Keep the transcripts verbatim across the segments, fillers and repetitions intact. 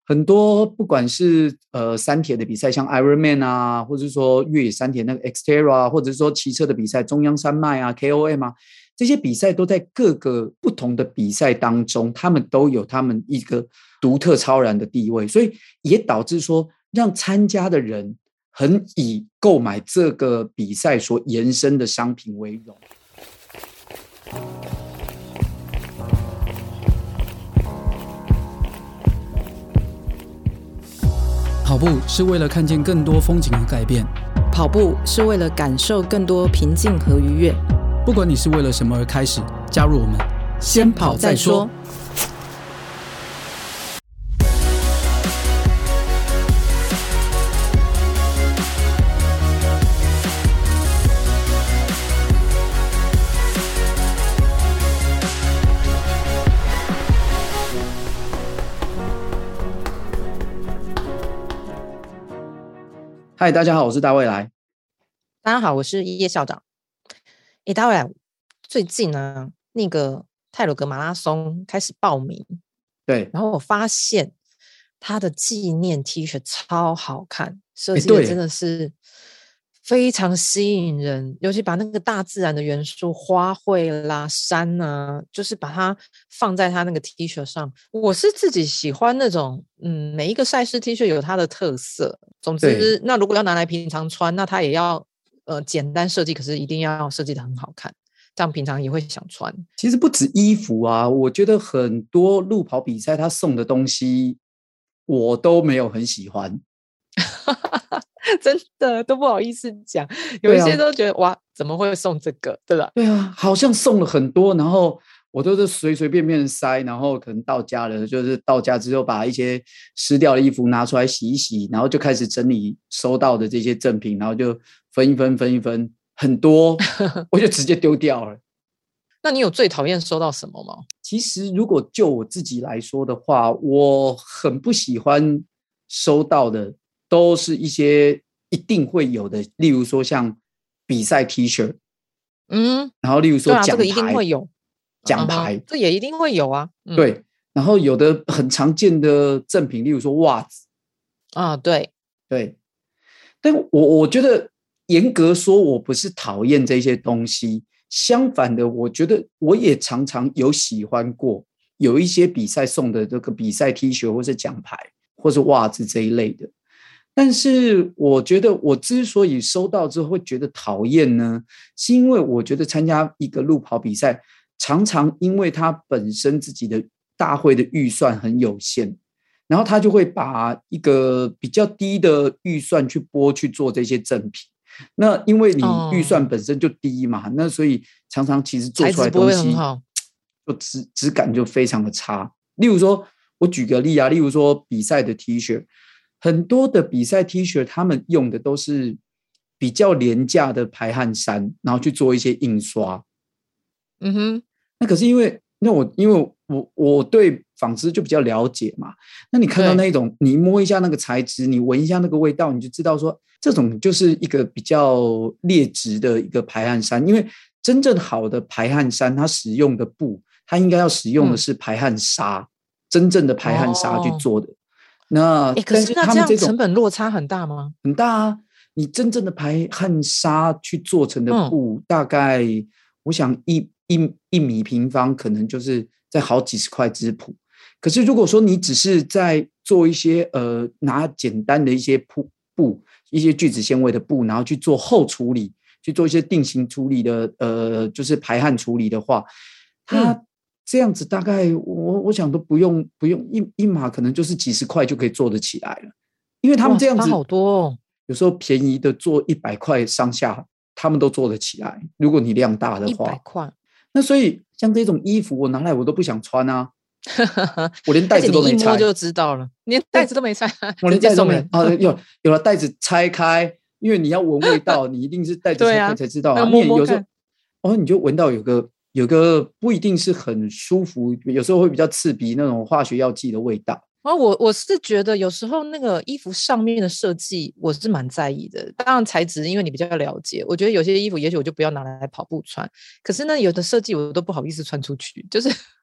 很多不管是呃三铁的比赛，像 Ironman 啊，或者是说越野三铁那个 Xterra 啊，或者是说骑车的比赛，中央山脉啊 K O M 啊，这些比赛都在各个不同的比赛当中，他们都有他们一个独特超然的地位，所以也导致说让参加的人很以购买这个比赛所延伸的商品为荣。 跑步是为了看见更多风景和改变， 跑步是为了感受更多平静和愉悦。 不管你是为了什么而开始，加入我们，先跑再说。 嗨，大家好，我是大未来。 大家好，我是叶校长。诶，大未来，最近呢，那个太鲁阁马拉松开始报名， 对， 然后我发现它的纪念 T 恤超好看，设计的真的是非常吸引人，尤其把那个大自然的元素，花卉啦、山啊，就是把它放在它那个 T 恤上。我是自己喜欢那种，嗯，每一个赛事 T 恤有它的特色。总之，那如果要拿来平常穿，那它也要呃简单设计，可是一定要设计的很好看，这样平常也会想穿。 其实不止衣服啊，我觉得很多路跑比赛他送的东西，我都没有很喜欢。 真的都不好意思讲，有一些都觉得、啊、哇，怎么会送这个，对吧？ 对啊，好像送了很多，然后我都是随随便便塞，然后可能到家了，就是到家之后把一些湿掉的衣服拿出来洗一洗，然后就开始整理收到的这些赠品，然后就分一分分一分，很多我就直接丢掉了。 那你有最讨厌收到什么吗？ 其实如果就我自己来说的话，我很不喜欢收到的都是一些一定会有的，例如说像比赛 T 恤， 嗯， 然后例如说奖牌， 对啊，这个一定会有奖牌、嗯， 这也一定会有啊、 嗯。对，然后有的很常见的赠品，例如说袜子啊，对对。但我我觉得严格说，我不是讨厌这些东西，相反的，我觉得我也常常有喜欢过有一些比赛送的这个比赛 T 恤或是奖牌或是袜子这一类的。但是我觉得我之所以收到之后会觉得讨厌呢，是因为我觉得参加一个路跑比赛，常常因为他本身自己的大会的预算很有限，然后他就会把一个比较低的预算去拨去做这些赠品。那因为你预算本身就低嘛，哦、那所以常常其实做出来的东西就质质感就非常的差。例如说，我举个例啊，例如说比赛的 T 恤。很多的比赛 T 恤他们用的都是比较廉价的排汗衫，然后去做一些印刷。 嗯哼， 那可是因为那我因为我我对纺织就比较了解嘛，那你看到那种，你摸一下那个材质，你闻一下那个味道，你就知道说这种就是一个比较劣质的一个排汗衫。因为真正好的排汗衫，它使用的布，它应该要使用的是排汗纱，嗯、真正的排汗纱去做的。哦，那可是那这样成本落差很大吗？ 很大啊！你真正的排汗纱去做成的布，嗯、大概我想一一一米平方可能就是在好几十块织布。可是如果说你只是在做一些呃拿简单的一些布布一些聚酯纤维的布，然后去做后处理，去做一些定型处理的呃就是排汗处理的话，它。嗯这样子大概我我想都不用不用一一码可能就是几十块就可以做得起来了，因为他们这样子好多哦， 有时候便宜的做一百块上下，他们都做得起来。如果你量大的话， 一百块。 那所以像这种衣服我拿来我都不想穿啊，我连袋子都没拆， 而且你一摸就知道了，连袋子都没拆， 我连袋子都没啊，有有了袋子拆开，因为你要闻味道，你一定是袋子拆开才知道啊。 摸摸有时候哦，你就闻到有个。有个不一定是很舒服，有时候会比较刺鼻那种化学药剂的味道。 啊，我我是觉得有时候那个衣服上面的设计我是蛮在意的，当然材质因为你比较了解，我觉得有些衣服也许我就不要拿来跑步穿，可是呢有的设计我都不好意思穿出去，就是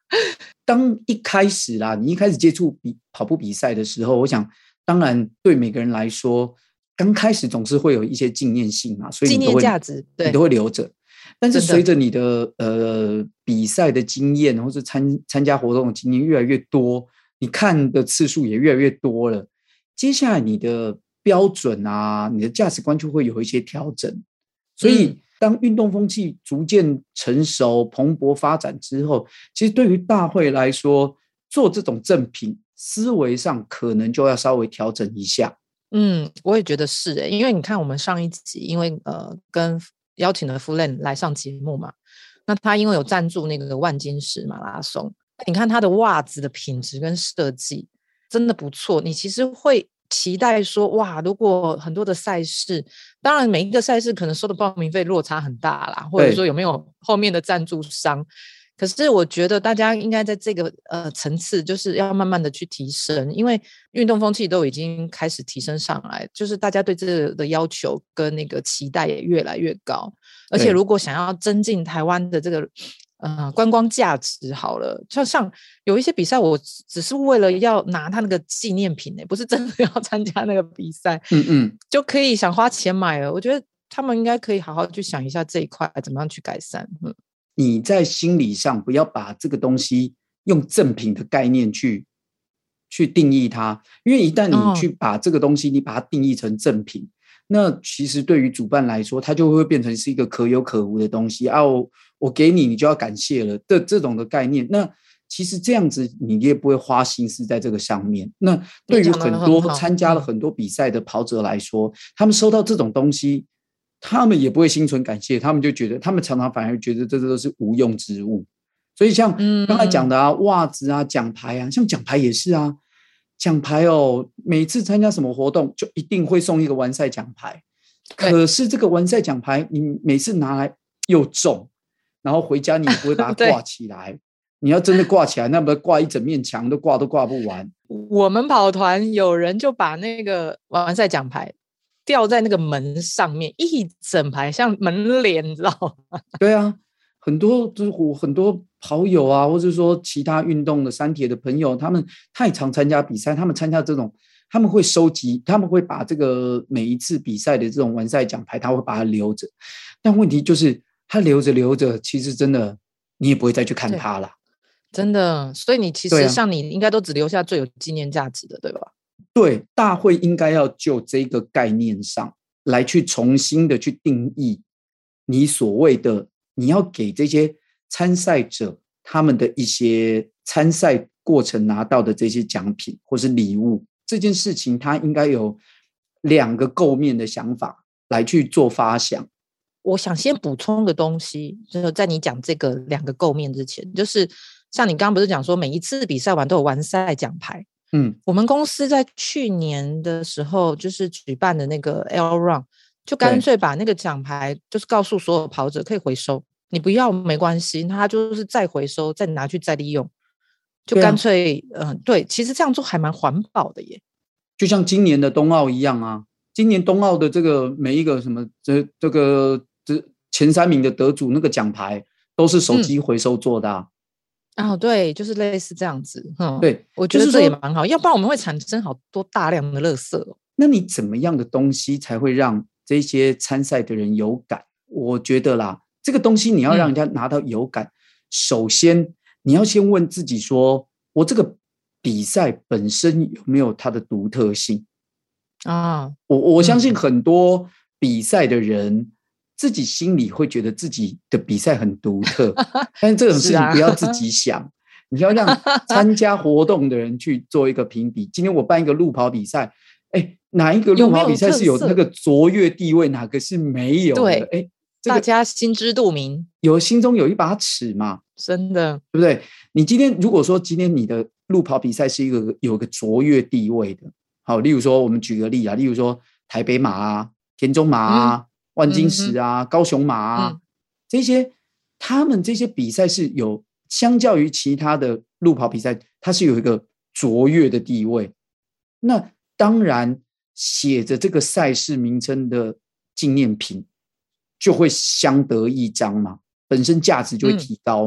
当一开始啦，你一开始接触比跑步比赛的时候，我想当然对每个人来说，刚开始总是会有一些纪念性嘛，所以你都会纪念价值，对， 你都会留着。但是随着你的呃比赛的经验，或是参参加活动的经验越来越多，你看的次数也越来越多了，接下来你的标准啊，你的价值观就会有一些调整。所以当运动风气逐渐成熟蓬勃发展之后，其实对于大会来说，做这种赠品思维上可能就要稍微调整一下。 嗯，我也觉得是、欸、因为你看我们上一集因为呃跟邀请了 Fulan 来上节目嘛，那他因为有赞助那个万金石马拉松，你看他的袜子的品质跟设计真的不错，你其实会期待说哇，如果很多的赛事，当然每一个赛事可能收的报名费落差很大啦，或者说有没有后面的赞助商，可是我觉得大家应该在这个呃层次就是要慢慢的去提升，因为运动风气都已经开始提升上来，就是大家对这个的要求跟那个期待也越来越高，而且如果想要增进台湾的这个呃观光价值好了，就像有一些比赛我只是为了要拿他那个纪念品、欸、不是真的要参加那个比赛， 嗯嗯， 就可以想花钱买了，我觉得他们应该可以好好去想一下这一块怎么样去改善。嗯， 你在心理上不要把这个东西用赠品的概念去去定义它，因为一旦你去把这个东西、哦、你把它定义成赠品，那其实对于主办来说，它就会变成是一个可有可无的东西啊，我我给你，你就要感谢了的这种的概念。那其实这样子你也不会花心思在这个上面。那对于很多参加了很多比赛的跑者来说，他们收到这种东西，他们也不会心存感谢，他们就觉得他们常常反而觉得这都是无用之物。所以像刚才讲的啊，袜子啊，奖牌啊，像奖牌也是啊，奖牌哦，每次参加什么活动就一定会送一个完赛奖牌，可是这个完赛奖牌你每次拿来又重，然后回家你也不会把它挂起来你要真的挂起来，那么挂一整面墙都挂都挂不完。 我们跑团有人就把那个完赛奖牌吊在那个门上面，一整排像门帘，你知道吗？ 对啊，很多就是我很多跑友啊，或者说其他运动的三铁的朋友，他们太常参加比赛，他们参加这种，他们会收集，他们会把这个每一次比赛的这种完赛奖牌，他会把它留着。但问题就是他留着留着，其实真的你也不会再去看它了。 真的，所以你其实像你应该都只留下最有纪念价值的，对吧？ 对，大会应该要就这个概念上来去重新的去定义你所谓的你要给这些参赛者他们的一些参赛过程拿到的这些奖品或是礼物，这件事情它应该有两个构面的想法来去做发想。 我想先补充个东西，就是在你讲这个两个构面之前，就是像你刚刚不是讲说每一次比赛完都有完赛奖牌，嗯，我们公司在去年的时候就是举办的那个 L Run， 就干脆把那个奖牌就是告诉所有跑者可以回收，你不要没关系，他就是再回收再拿去再利用，就干脆对、啊呃、对，其实这样做还蛮环保的耶。 就像今年的冬奥一样啊，今年冬奥的这个每一个什么这这个这前三名的得主那个奖牌都是手机回收做的啊。 嗯哦，对，就是类似这样子。嗯， 对， 我觉得这也蛮好，要不然我们会产生好多大量的垃圾哦。 那你怎么样的东西才会让这些参赛的人有感？我觉得啦，这个东西你要让人家拿到有感，嗯、首先你要先问自己说，我这个比赛本身有没有它的独特性啊？我我相信很多比赛的人。嗯自己心里会觉得自己的比赛很独特，但是这种事情不要自己想，啊、你要让参加活动的人去做一个评比。今天我办一个路跑比赛，哎，哪一个路跑比赛是有那个卓越地位，哪个是没有的？对，哎， 这个、大家心知肚明， 有心中有一把尺嘛， 真的， 对不对？你今天如果说今天你的路跑比赛是一个有一个卓越地位的，好，例如说我们举个例啊，例如说台北马啊、田中马啊。嗯万金石啊、嗯、高雄马啊、嗯、这些他们这些比赛是有相较于其他的路跑比赛它是有一个卓越的地位，那当然写着这个赛事名称的纪念品就会相得益彰嘛，本身价值就会提高嘛、嗯、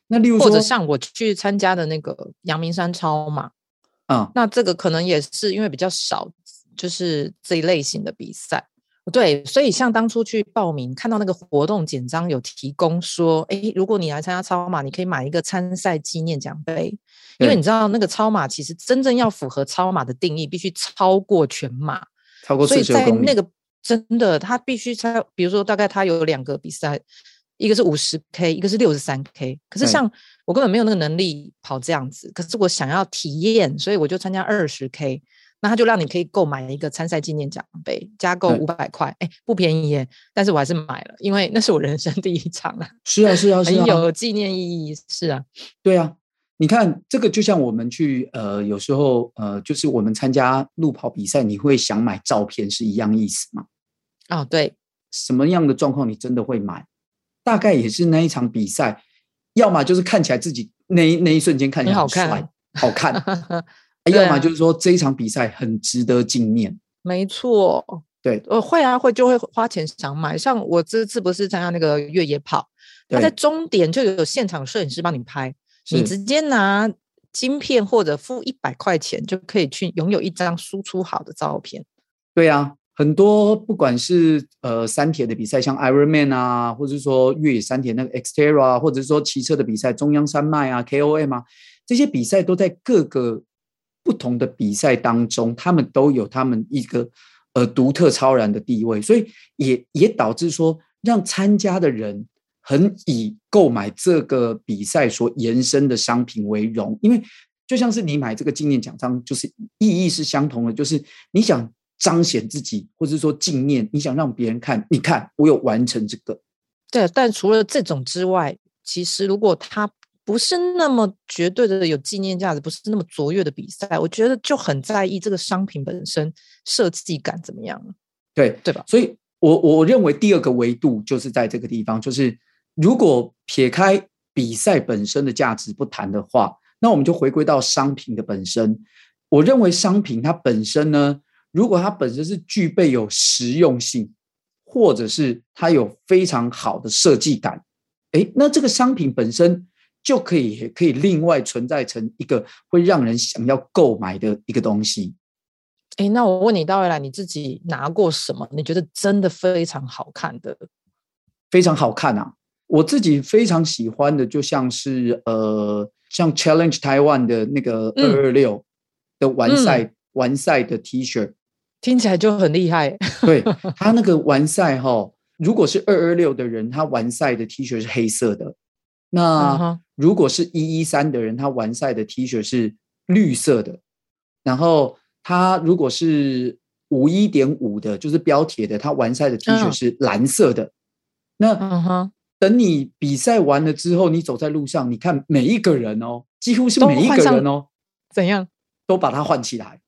那例如说， 或者像我去参加的那个阳明山超马， 嗯， 那这个可能也是因为比较少，就是这一类型的比赛。对，所以像当初去报名，看到那个活动简章有提供说，诶，如果你来参加超马，你可以买一个参赛纪念奖杯，因为你知道那个超马其实真正要符合超马的定义，必须超过全马， 超过四十公里， 所以在那个真的，他必须才，比如说大概他有两个比赛，一个是五十 K， 一个是六十三 K， 可是像我根本没有那个能力跑这样子，可是我想要体验，所以我就参加二十 K。那他就让你可以购买一个参赛纪念奖杯，加购五百块，哎，不便宜耶，但是我还是买了，因为那是我人生第一场啊。 是啊，是啊，是啊， 很有纪念意义，是啊， 对啊。你看这个就像我们去呃，有时候呃，就是我们参加路跑比赛，你会想买照片是一样意思吗？ 哦，对， 什么样的状况你真的会买？大概也是那一场比赛，要么就是看起来自己那那一瞬间看起来很帅，好看。好看要么就是说这一场比赛很值得纪念， 没错， 对， 呃，会啊，会就会花钱想买。像我这次不是参加那个越野跑，他在终点就有现场摄影师帮你拍，你直接拿晶片或者付一百块钱就可以去拥有一张输出好的照片。 对啊，很多不管是呃三铁的比赛，像 Ironman 啊，或者说越野三铁那个 Xterra 啊，或者是说骑车的比赛，中央山脉啊 K O M 啊，这些比赛都在各个不同的比赛当中，他们都有他们一个呃独特超然的地位，所以也也导致说让参加的人很以购买这个比赛所延伸的商品为荣，因为就像是你买这个纪念奖章，就是意义是相同的，就是你想彰显自己，或者说纪念，你想让别人看，你看我有完成这个。 对，但除了这种之外，其实如果他不是那么绝对的有纪念价值，不是那么卓越的比赛，我觉得就很在意这个商品本身设计感怎么样， 对对吧？ 所以我我认为第二个维度就是在这个地方，就是如果撇开比赛本身的价值不谈的话，那我们就回归到商品的本身。我认为商品它本身呢，如果它本身是具备有实用性，或者是它有非常好的设计感，诶，那这个商品本身就可以可以另外存在成一个会让人想要购买的一个东西。 诶，那我问你，到未来你自己拿过什么你觉得真的非常好看的？ 非常好看啊！我自己非常喜欢的，就像是呃，像 Challenge Taiwan 的那个二二六的完赛、嗯、完赛的 T 恤， 听起来就很厉害。 对，他那个完赛哈，如果是二二六的人，他完赛的 T 恤是黑色的。那如果是一一三的人，他完赛的 T 恤是绿色的。然后他如果是五一点五的，就是标铁的，他完赛的 T 恤是蓝色的。嗯、那、嗯、等你比赛完了之后，你走在路上，你看每一个人哦，几乎是每一个人哦， 怎样都把它换起来。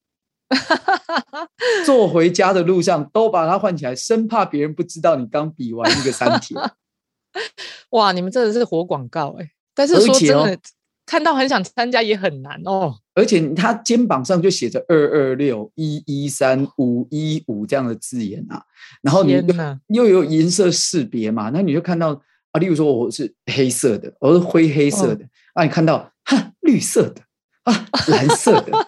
坐回家的路上都把它换起来，生怕别人不知道你刚比完一个三铁。 哇，你们真的是活广告哎、欸！但是说真的、哦，看到很想参加也很难哦。 而且他肩膀上就写着二二六、一一三、五一五这样的字眼啊，然后你又有颜色识别嘛，那你就看到啊，例如说我是黑色的，我是灰黑色的，哦、啊，你看到哈绿色的啊，蓝色的，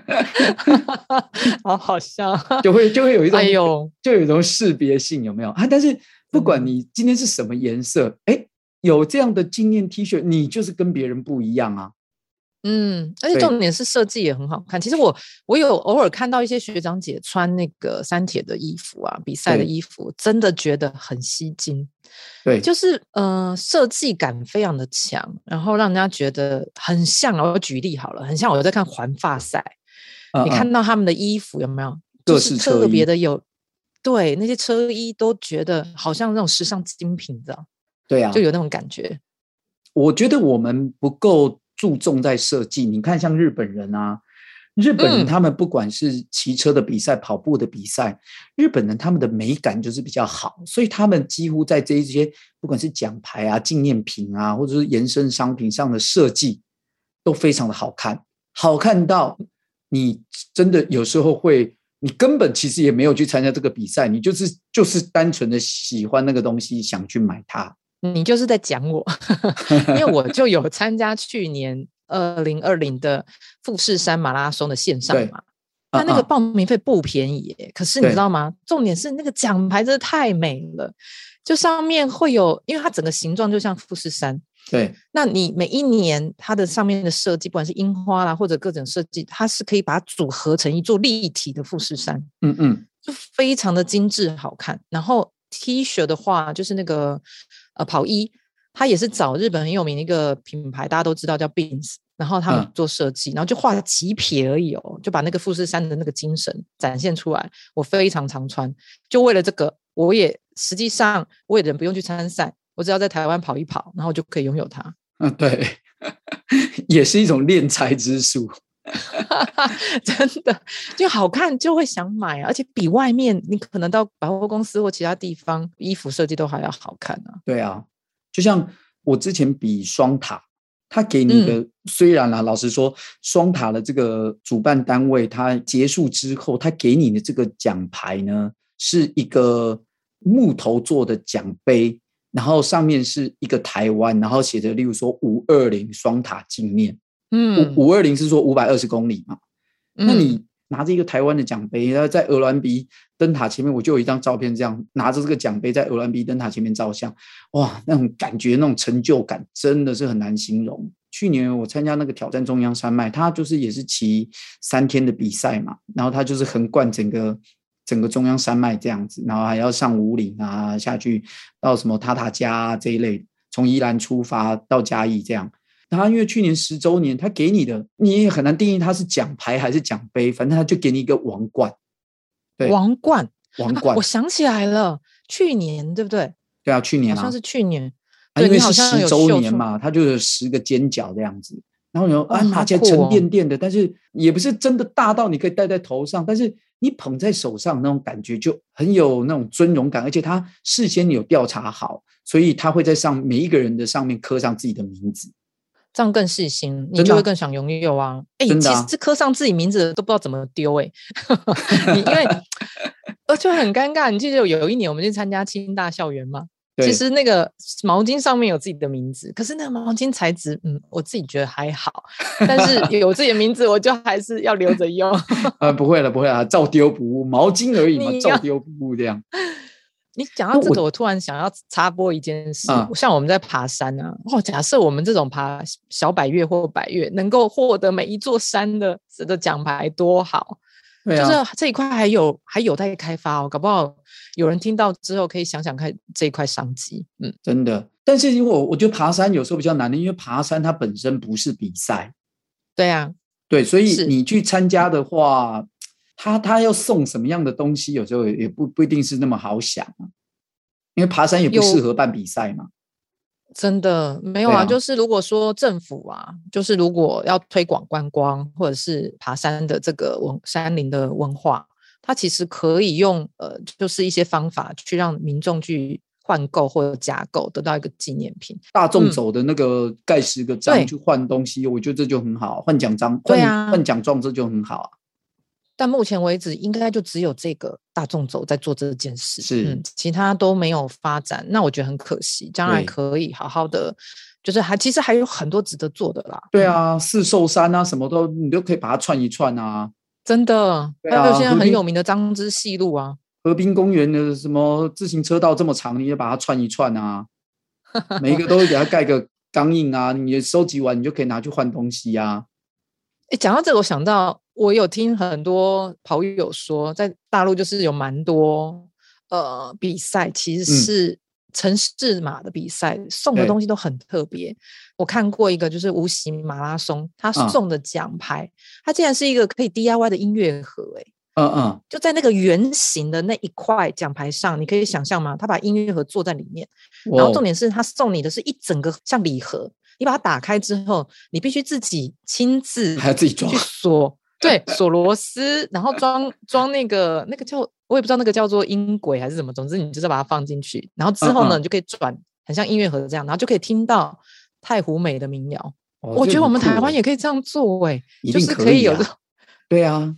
好好笑， 就会就会有一种， 哎呦， 就有一种识别性，有没有啊？但是不管你今天是什么颜色，哎、嗯，有这样的纪念 T 恤，你就是跟别人不一样啊。 嗯，而且重点是设计也很好看。其实我我有偶尔看到一些学长姐穿那个三铁的衣服啊，比赛的衣服，真的觉得很吸睛。 对， 就是呃设计感非常的强，然后让人家觉得很像。我举例好了，很像我在看环法赛，嗯嗯，你看到他们的衣服有没有？就是特别的有，对，那些车衣都觉得好像那种时尚精品这样。 对啊， 就有那种感觉。 我觉得我们不够注重在设计。你看像日本人啊，日本人他们不管是骑车的比赛、嗯、跑步的比赛，日本人他们的美感就是比较好，所以他们几乎在这一些不管是奖牌啊、纪念品啊，或者是延伸商品上的设计都非常的好看，好看到你真的有时候会，你根本其实也没有去参加这个比赛，你就是就是单纯的喜欢那个东西，想去买它。 你就是在讲我因为我就有参加去年二零二零的富士山马拉松的线上嘛，那那个报名费不便宜耶，可是你知道吗？重点是那个奖牌真的太美了，就上面会有，因为它整个形状就像富士山， 对， 那你每一年它的上面的设计，不管是樱花啦或者各种设计，它是可以把它组合成一座立体的富士山， 嗯嗯， 就非常的精致好看。然后 T 恤的话，就是那个呃跑衣，它也是找日本很有名的一个品牌，大家都知道叫 Beams， 然后他们做设计，嗯、然后就画几撇而已哦，就把那个富士山的那个精神展现出来。我非常常穿，就为了这个，我也实际上我也人不用去参赛，我只要在台湾跑一跑，然后我就可以拥有它。 嗯，对，也是一种敛财之术。 真的就好看就会想买啊，而且比外面你可能到百货公司或其他地方衣服设计都还要好看啊。 对啊，就像我之前比双塔，他给你的、嗯、虽然啦，老实说双塔的这个主办单位他结束之后他给你的这个奖牌呢是一个木头做的奖杯，然后上面是一个台湾，然后写着例如说五二零双塔纪念，嗯，五二零是说五百二十公里嘛，嗯、那你拿着一个台湾的奖杯，然后在鹅銮鼻灯塔前面，我就有一张照片，这样拿着这个奖杯在鹅銮鼻灯塔前面照相，哇，那种感觉，那种成就感，真的是很难形容。去年我参加那个挑战中央山脉，它就是也是骑三天的比赛嘛，然后它就是横贯整个整个中央山脉这样子，然后还要上武岭啊，下去到什么塔塔加、啊、这一类，从宜兰出发到嘉义这样。他因为去年十周年，他给你的你也很难定义他是奖牌还是奖杯，反正他就给你一个王冠。对， 王冠， 王冠、 啊，我想起来了，去年对不对？ 对啊，去年啊， 好像是去年， 啊、因为是十周年嘛，他就有十个尖角这样子。然后你说、哦、啊，拿起来沉甸甸的、哦，但是也不是真的大到你可以戴在头上，但是你捧在手上那种感觉就很有那种尊荣感，而且他事先有调查好，所以他会在上每一个人的上面刻上自己的名字。 这样更细心，你就会更想拥有啊！哎、啊，其实刻上自己名字都不知道怎么丢哎、欸，因为而且很尴尬。你记得有一年我们去参加清大校园嘛？其实那个毛巾上面有自己的名字，可是那个毛巾材质，嗯，我自己觉得还好，但是有自己的名字，我就还是要留着用。 呃，不会了，不会了，照丢不误，毛巾而已嘛，照丢不误这样。 你讲到这个，我突然想要插播一件事，嗯、像我们在爬山啊，哦，假设我们这种爬小百岳或百岳，能够获得每一座山的的奖牌，多好！对啊、就是这一块还有还有待开发哦，搞不好有人听到之后可以想想看这一块商机。嗯， 真的。但是因为我我觉得爬山有时候比较难的，因为爬山它本身不是比赛。 对啊， 对，所以你去参加的话。他他要送什么样的东西，有时候也不不一定是那么好想啊，因为爬山也不适合办比赛嘛。 真的没有 啊, 啊就是如果说政府啊，就是如果要推广观光或者是爬山的这个文山林的文化，它其实可以用呃，就是一些方法去让民众去换购或者加购，得到一个纪念品。 大众走的那个盖十个章去换东西、嗯，我觉得这就很好，换奖章， 对啊， 换奖状这就很好啊。 但目前为止应该就只有这个大众走在做这件事， 是、 嗯、其他都没有发展，那我觉得很可惜，将来可以好好的，就是还其实还有很多值得做的啦。 对啊，四兽山啊什么都你都可以把它串一串啊， 真的、啊、还有现在很有名的彰之细路啊， 河滨公园的什么自行车道这么长，你也把它串一串啊，每一个都会给它盖个钢印啊，你收集完你就可以拿去换东西啊。 欸，讲到这个我想到我有听很多跑友说在大陆就是有蛮多呃比赛其实是城市马的比赛、嗯、送的东西都很特别。我看过一个就是无锡马拉松，他送的奖牌、嗯、他竟然是一个可以 D I Y 的音乐盒、欸嗯嗯， 就在那个圆形的那一块奖牌上，你可以想象吗？他把音乐盒做在里面，然后重点是他送你的是一整个像礼盒，你把它打开之后，你必须自己亲自还要自己装去锁，对，锁螺丝，然后装装那个那个叫我也不知道那个叫做音轨还是什么，总之你就是把它放进去，然后之后呢，嗯嗯你就可以转，很像音乐盒这样，然后就可以听到太湖美的民谣。哦、我觉得我们台湾也可以这样做、欸，哎、 啊， 就是可以有这种， 对啊。不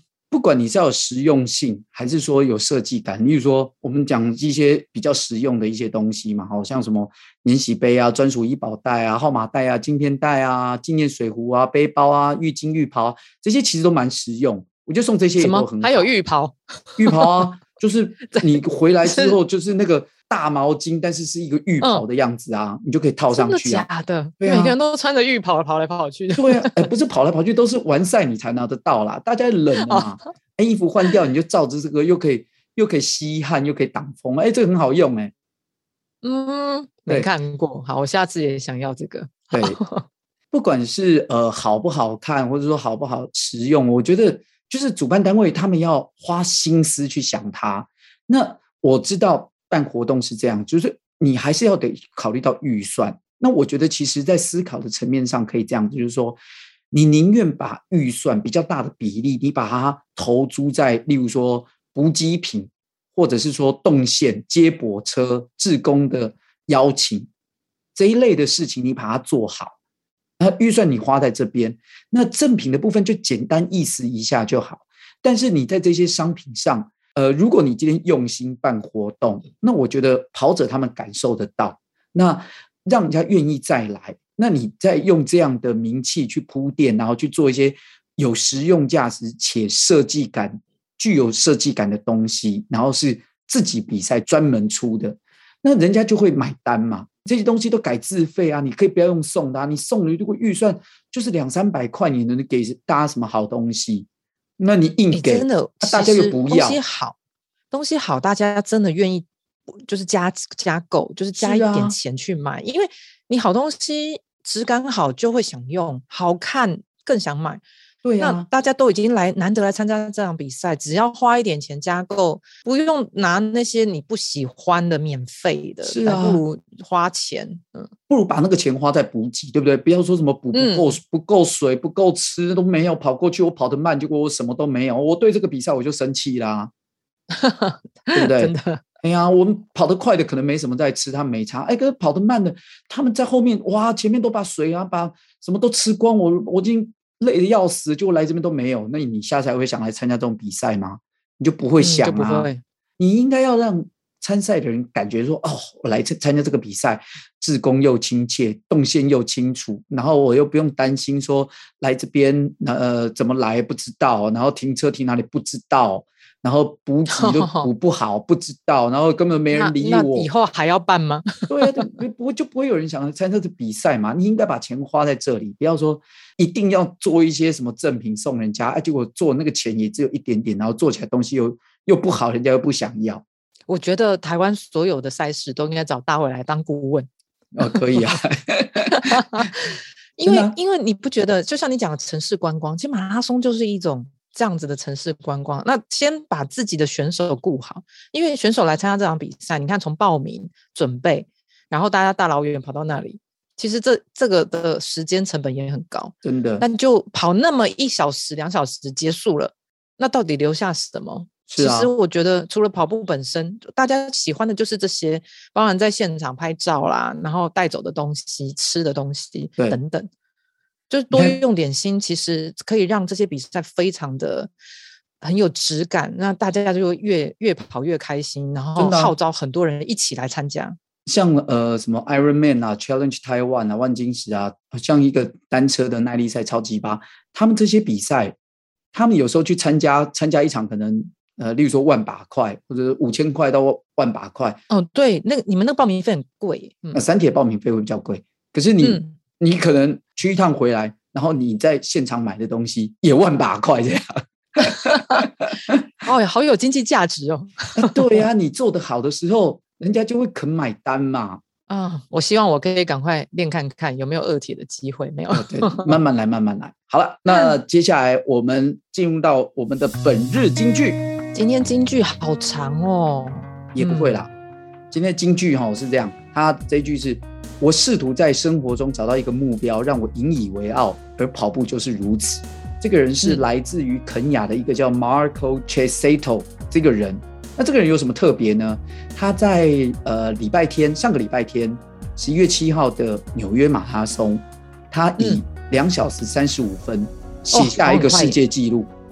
管你是要有实用性还是说有设计感，例如说我们讲一些比较实用的一些东西嘛，好像什么免洗杯啊、专属医保袋啊、号码袋啊、镜片袋啊、纪念水壶啊、背包啊、浴巾浴袍、啊、这些其实都蛮实用，我觉得送这些也都很好。什么还有浴袍？ 浴袍啊，就是你回来之后就是那个大毛巾，但是是一个浴袍的样子啊，嗯、你就可以套上去啊。 真的假的？对啊，每个人都穿着浴袍跑来跑去的。 对啊，哎，不是跑来跑去，都是完赛你才拿得到啦。大家冷了嘛，哎，衣服换掉你就照着这个，又可以又可以吸汗，又可以挡风，哎，这个很好用哎、欸。 嗯，没看过，好，我下次也想要这个。 对，不管是呃好不好看，或者说好不好实用，我觉得就是主办单位他们要花心思去想它。那我知道办活动是这样，就是你还是要得考虑到预算。那我觉得其实在思考的层面上可以这样子，就是说你宁愿把预算比较大的比例你把它投注在例如说补给品，或者是说动线接驳车志工的邀请这一类的事情，你把它做好，那预算你花在这边，那赠品的部分就简单意思一下就好。但是你在这些商品上呃，如果你今天用心办活动，那我觉得跑者他们感受得到，那让人家愿意再来，那你再用这样的名气去铺垫，然后去做一些有实用价值且设计感具有设计感的东西，然后是自己比赛专门出的，那人家就会买单嘛。这些东西都改自费啊，你可以不要用送的啊，你送的如果预算就是两三百块，你能给大家什么好东西？那你硬给、欸、真的、啊、大家又不要。 东西好东西好大家真的愿意就是加加购，就是加一点钱去买、啊、因为你好东西质感好就会想用，好看更想买。对啊，那大家都已经来难得来参加这场比赛，只要花一点钱加购，不用拿那些你不喜欢的免费的，是啊，不如花钱、嗯、 不如把那个钱花在补给，对不对？不要说什么补不够、嗯、不够水不够吃都没有，跑过去我跑得慢，结果我什么都没有，我对这个比赛我就生气啦对不对？真的，哎呀，我们跑得快的可能没什么在吃，他们没差。哎，可是跑得慢的，他们在后面，哇，前面都把水啊，把什么都吃光，我我已经累得要死，结果来这边都没有。那你下次还会想来参加这种比赛吗？你就不会想啊。嗯、就不会。你应该要让参赛的人感觉说，哦，我来参加这个比赛，志工又亲切，动线又清楚，然后我又不用担心说来这边呃怎么来不知道，然后停车停哪里不知道。然后补给就补不好不知道，然后根本没人理我。 那以后还要办吗？ 对啊，不就不会有人想参加这比赛嘛？你应该把钱花在这里，不要说一定要做一些什么赠品送人家，啊、结果做那个钱也只有一点点，然后做起来东西又又不好，人家又不想要。 我觉得台湾所有的赛事都应该找大卫来当顾问。 哦，可以啊。 因为因为你不觉得，就像你讲的城市观光，其实马拉松就是一种这样子的城市观光。那先把自己的选手顾好，因为选手来参加这场比赛，你看从报名准备，然后大家大老远跑到那里，其实这这个的时间成本也很高，真的。但就跑那么一小时两小时结束了，那到底留下什么？是啊，其实我觉得除了跑步本身，大家喜欢的就是这些，包含在现场拍照啦，然后带走的东西、吃的东西等等，就是多用点心，其实可以让这些比赛非常的很有质感，那大家就越越跑越开心，然后号召很多人一起来参加。 像呃什么 Ironman 啊 Challenge Taiwan 啊万金石啊，像一个单车的耐力赛超级八，他们这些比赛他们有时候去参加参加一场可能呃例如说万把块或者五千块到万把块。 哦对，那个你们那个报名费很贵。 嗯呃、三铁报名费会比较贵，可是你、嗯、你可能去一趟回来，然后你在现场买的东西也万把块这样。 哦，好有经济价值哦。 啊对啊，你做得好的时候人家就会肯买单嘛。 啊，我希望我可以赶快练看看有没有二铁的机会。没有、哦、 对，慢慢来慢慢来。好了，那接下来我们进入到我们的本日金句。 今天金句好长哦。 也不会啦、嗯、今天金句是这样，他这一句是我试图在生活中找到一个目标让我引以为傲，而跑步就是如此。这个人是来自于肯亚的一个叫 Marco Chesato 这个人。那这个人有什么特别呢？他在呃礼拜天上个礼拜天十一月七号的纽约马拉松，他以两小时三十五分写下一个世界纪录、哦、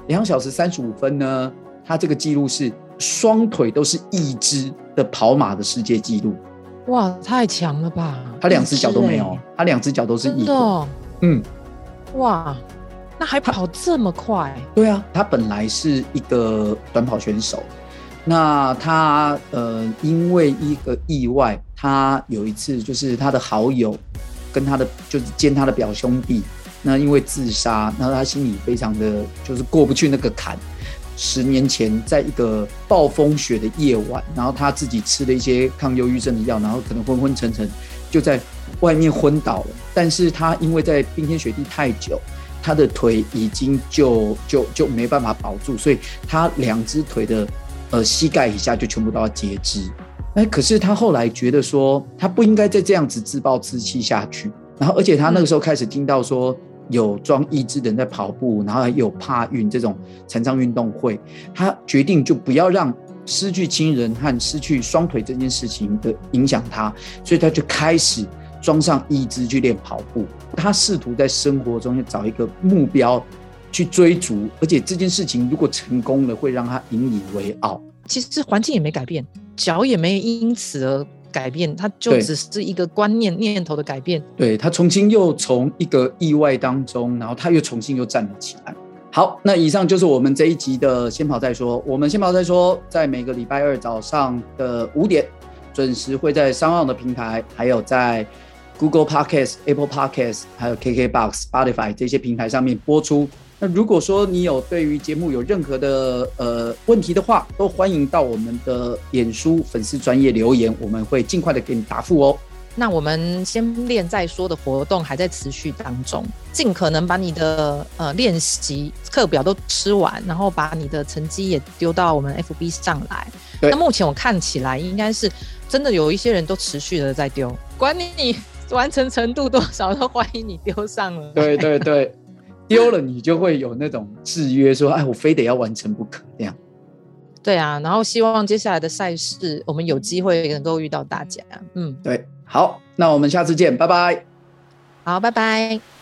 两小时三十五分呢，他这个记录是双腿都是一只的跑马的世界纪录。 哇，太强了吧！ 他两只脚都没有，欸、他两只脚都是一腿。 哦、 嗯， 哇，那还跑这么快？ 对啊，他本来是一个短跑选手，那他呃因为一个意外，他有一次就是他的好友跟他的就是兼他的表兄弟，那因为自杀，然后他心里非常的就是过不去那个坎。十年前，在一个暴风雪的夜晚，然后他自己吃了一些抗忧郁症的药，然后可能昏昏沉沉，就在外面昏倒了。但是他因为在冰天雪地太久，他的腿已经就就就没办法保住，所以他两只腿的呃膝盖以下就全部都要截肢。哎，可是他后来觉得说，他不应该再这样子自暴自弃下去。然后，而且他那个时候开始听到说。嗯有装义肢的人在跑步，然后还有帕运这种残障运动会，他决定就不要让失去亲人和失去双腿这件事情的影响他，所以他就开始装上义肢去练跑步。他试图在生活中要找一个目标去追逐，而且这件事情如果成功了，会让他引以为傲。 其实环境也没改变，脚也没因此而改变，它就只是一个观念念头的改变。 对，他重新又从一个意外当中，然后他又重新又站了起来。好，那以上就是我们这一集的先跑再说。我们先跑再说，在每个礼拜二早上的五点准时会在SoundOn的平台，还有在 Google Podcast、Apple Podcast， 还有 K K Box、Spotify 这些平台上面播出。那如果说你有对于节目有任何的呃问题的话，都欢迎到我们的脸书粉丝专页留言，我们会尽快的给你答复哦。 那我们先练再说的活动还在持续当中，尽可能把你的呃练习课表都吃完，然后把你的成绩也丢到我们 F B 上来。那目前我看起来应该是真的有一些人都持续的在丢，管你完成程度多少，都欢迎你丢上了。 对对对。丢了你就会有那种制约说，哎，我非得要完成不可这样。 对啊，然后希望接下来的赛事我们有机会能够遇到大家。嗯， 对，好，那我们下次见，拜拜。 好，拜拜。